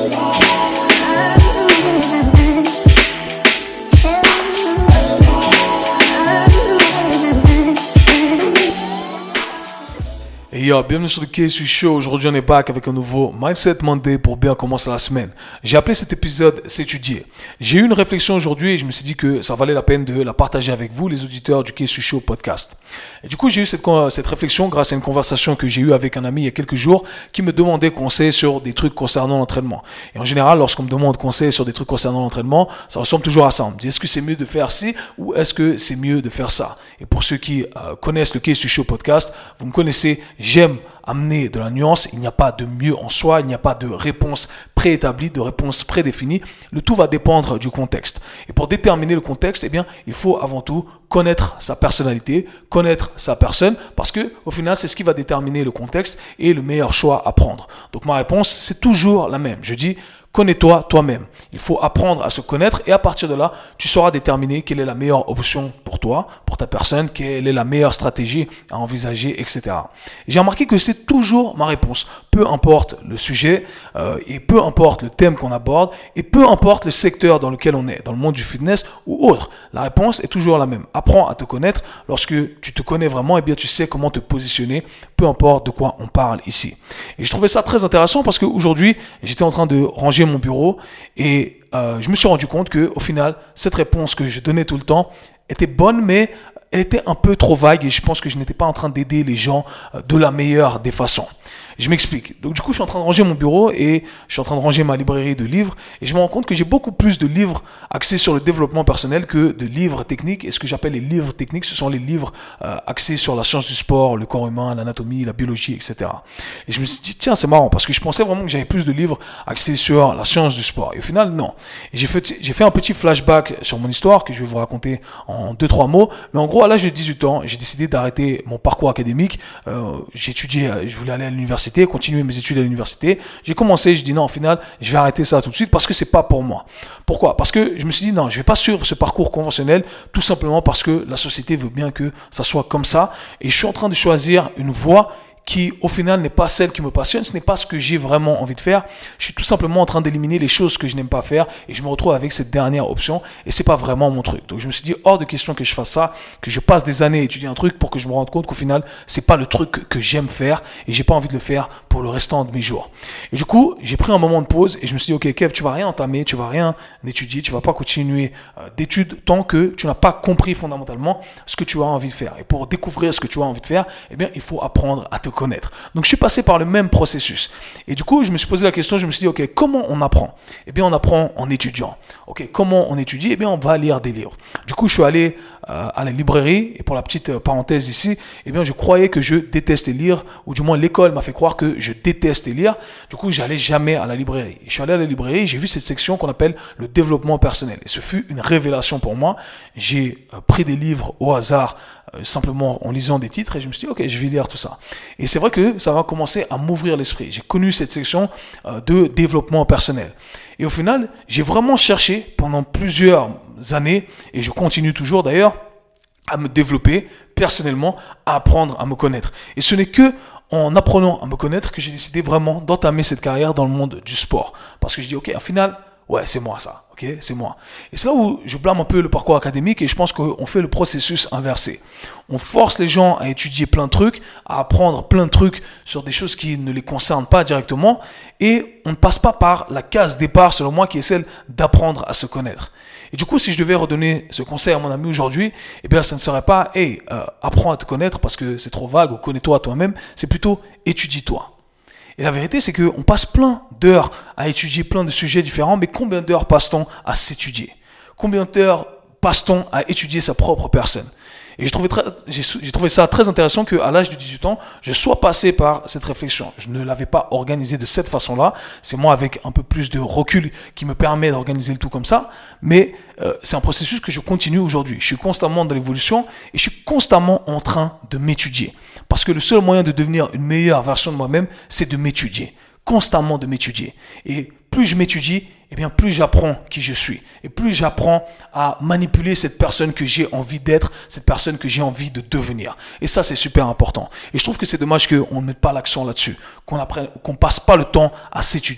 Et yo, bienvenue sur le KSU Show. Aujourd'hui, on est back avec un nouveau Mindset Monday pour bien commencer la semaine. J'ai appelé cet épisode S'étudier. J'ai eu une réflexion aujourd'hui et je me suis dit que ça valait la peine de la partager avec vous, les auditeurs du KSU Show podcast. Et du coup, j'ai eu cette réflexion grâce à une conversation que j'ai eue avec un ami il y a quelques jours qui me demandait conseil sur des trucs concernant l'entraînement. Et en général, lorsqu'on me demande conseil sur des trucs concernant l'entraînement, ça ressemble toujours à ça. On me dit, est-ce que c'est mieux de faire ci ou est-ce que c'est mieux de faire ça? Et pour ceux qui connaissent le KSU Show podcast, vous me connaissez, j'aime amener de la nuance. Il n'y a pas de mieux en soi, il n'y a pas de réponse préétablie, de réponse prédéfinie. Le tout va dépendre du contexte. Et pour déterminer le contexte, eh bien, il faut avant tout connaître sa personnalité, connaître sa personne, parce que au final, c'est ce qui va déterminer le contexte et le meilleur choix à prendre. Donc ma réponse, c'est toujours la même. Je dis, connais-toi toi-même. Il faut apprendre à se connaître et à partir de là, tu sauras déterminer quelle est la meilleure option pour toi, pour ta personne, quelle est la meilleure stratégie à envisager, etc. J'ai remarqué que c'est toujours ma réponse. Peu importe le sujet et peu importe le thème qu'on aborde et peu importe le secteur dans lequel on est, dans le monde du fitness ou autre. La réponse est toujours la même. Apprends à te connaître. Lorsque tu te connais vraiment, eh bien, tu sais comment te positionner, peu importe de quoi on parle ici. Et je trouvais ça très intéressant parce qu'aujourd'hui, j'étais en train de ranger mon bureau et je me suis rendu compte que au final cette réponse que je donnais tout le temps était bonne, mais elle était un peu trop vague et je pense que je n'étais pas en train d'aider les gens de la meilleure des façons. Je m'explique. Donc du coup, je suis en train de ranger mon bureau et je suis en train de ranger ma librairie de livres et je me rends compte que j'ai beaucoup plus de livres axés sur le développement personnel que de livres techniques. Et ce que j'appelle les livres techniques, ce sont les livres axés sur la science du sport, le corps humain, l'anatomie, la biologie, etc. Et je me suis dit, tiens, c'est marrant parce que je pensais vraiment que j'avais plus de livres axés sur la science du sport. Et au final, non. Et j'ai fait un petit flashback sur mon histoire que je vais vous raconter en 2-3 mots. Mais en gros, à l'âge de 18 ans, j'ai décidé d'arrêter mon parcours académique. J'ai étudié, je voulais aller à l'université, continuer mes études à l'université. J'ai commencé, je dis non, au final, je vais arrêter ça tout de suite parce que c'est pas pour moi. Pourquoi? Parce que je me suis dit non, je vais pas suivre ce parcours conventionnel tout simplement parce que la société veut bien que ça soit comme ça et je suis en train de choisir une voie qui au final n'est pas celle qui me passionne, ce n'est pas ce que j'ai vraiment envie de faire. Je suis tout simplement en train d'éliminer les choses que je n'aime pas faire et je me retrouve avec cette dernière option et c'est pas vraiment mon truc. Donc je me suis dit hors de question que je fasse ça, que je passe des années à étudier un truc pour que je me rende compte qu'au final c'est pas le truc que j'aime faire et j'ai pas envie de le faire pour le restant de mes jours. Et du coup j'ai pris un moment de pause et je me suis dit ok Kev, tu vas rien entamer, tu vas rien étudier, tu vas pas continuer d'études tant que tu n'as pas compris fondamentalement ce que tu as envie de faire. Et pour découvrir ce que tu as envie de faire, eh bien il faut apprendre à te connaître. Donc je suis passé par le même processus. Et du coup, je me suis posé la question, je me suis dit, ok, comment on apprend? Eh bien, on apprend en étudiant. Ok, comment on étudie? Eh bien, on va lire des livres. Du coup, je suis allé à la librairie, et pour la petite parenthèse ici, eh bien, je croyais que je détestais lire, ou du moins l'école m'a fait croire que je détestais lire. Du coup, j'allais jamais à la librairie. Et je suis allé à la librairie, et j'ai vu cette section qu'on appelle le développement personnel. Et ce fut une révélation pour moi. J'ai pris des livres au hasard, simplement en lisant des titres, et je me suis dit, ok, je vais lire tout ça. Et c'est vrai que ça va commencer à m'ouvrir l'esprit. J'ai connu cette section de développement personnel. Et au final, j'ai vraiment cherché pendant plusieurs années, et je continue toujours d'ailleurs, à me développer personnellement, à apprendre à me connaître. Et ce n'est que en apprenant à me connaître que j'ai décidé vraiment d'entamer cette carrière dans le monde du sport. Parce que je dis, ok, au final, ouais, c'est moi ça, ok, c'est moi. Et c'est là où je blâme un peu le parcours académique et je pense qu'on fait le processus inversé. On force les gens à étudier plein de trucs, à apprendre plein de trucs sur des choses qui ne les concernent pas directement et on ne passe pas par la case départ, selon moi, qui est celle d'apprendre à se connaître. Et du coup, si je devais redonner ce conseil à mon ami aujourd'hui, eh bien, ça ne serait pas, hey, apprends à te connaître parce que c'est trop vague ou connais-toi toi-même, c'est plutôt étudie-toi. Et la vérité, c'est qu'on passe plein d'heures à étudier plein de sujets différents, mais combien d'heures passe-t-on à s'étudier? Combien d'heures passe-t-on à étudier sa propre personne? Et j'ai trouvé ça très intéressant qu'à l'âge de 18 ans, je sois passé par cette réflexion. Je ne l'avais pas organisé de cette façon-là. C'est moi avec un peu plus de recul qui me permet d'organiser le tout comme ça. Mais c'est un processus que je continue aujourd'hui. Je suis constamment dans l'évolution et je suis constamment en train de m'étudier. Parce que le seul moyen de devenir une meilleure version de moi-même, c'est de m'étudier. Constamment de m'étudier. Et plus je m'étudie, eh bien plus j'apprends qui je suis. Et plus j'apprends à manipuler cette personne que j'ai envie d'être, cette personne que j'ai envie de devenir. Et ça, c'est super important. Et je trouve que c'est dommage qu'on ne mette pas l'accent là-dessus, qu'on passe pas le temps à s'étudier.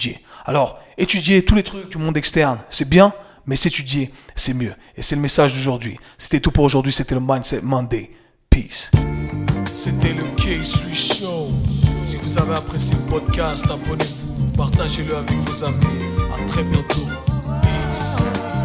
Alors, étudier tous les trucs du monde externe, c'est bien, mais s'étudier, c'est mieux. Et c'est le message d'aujourd'hui. C'était tout pour aujourd'hui, c'était le Mindset Monday. Peace. C'était le K-Sui Show. Si vous avez apprécié le podcast, abonnez-vous, partagez-le avec vos amis. À très bientôt. Peace.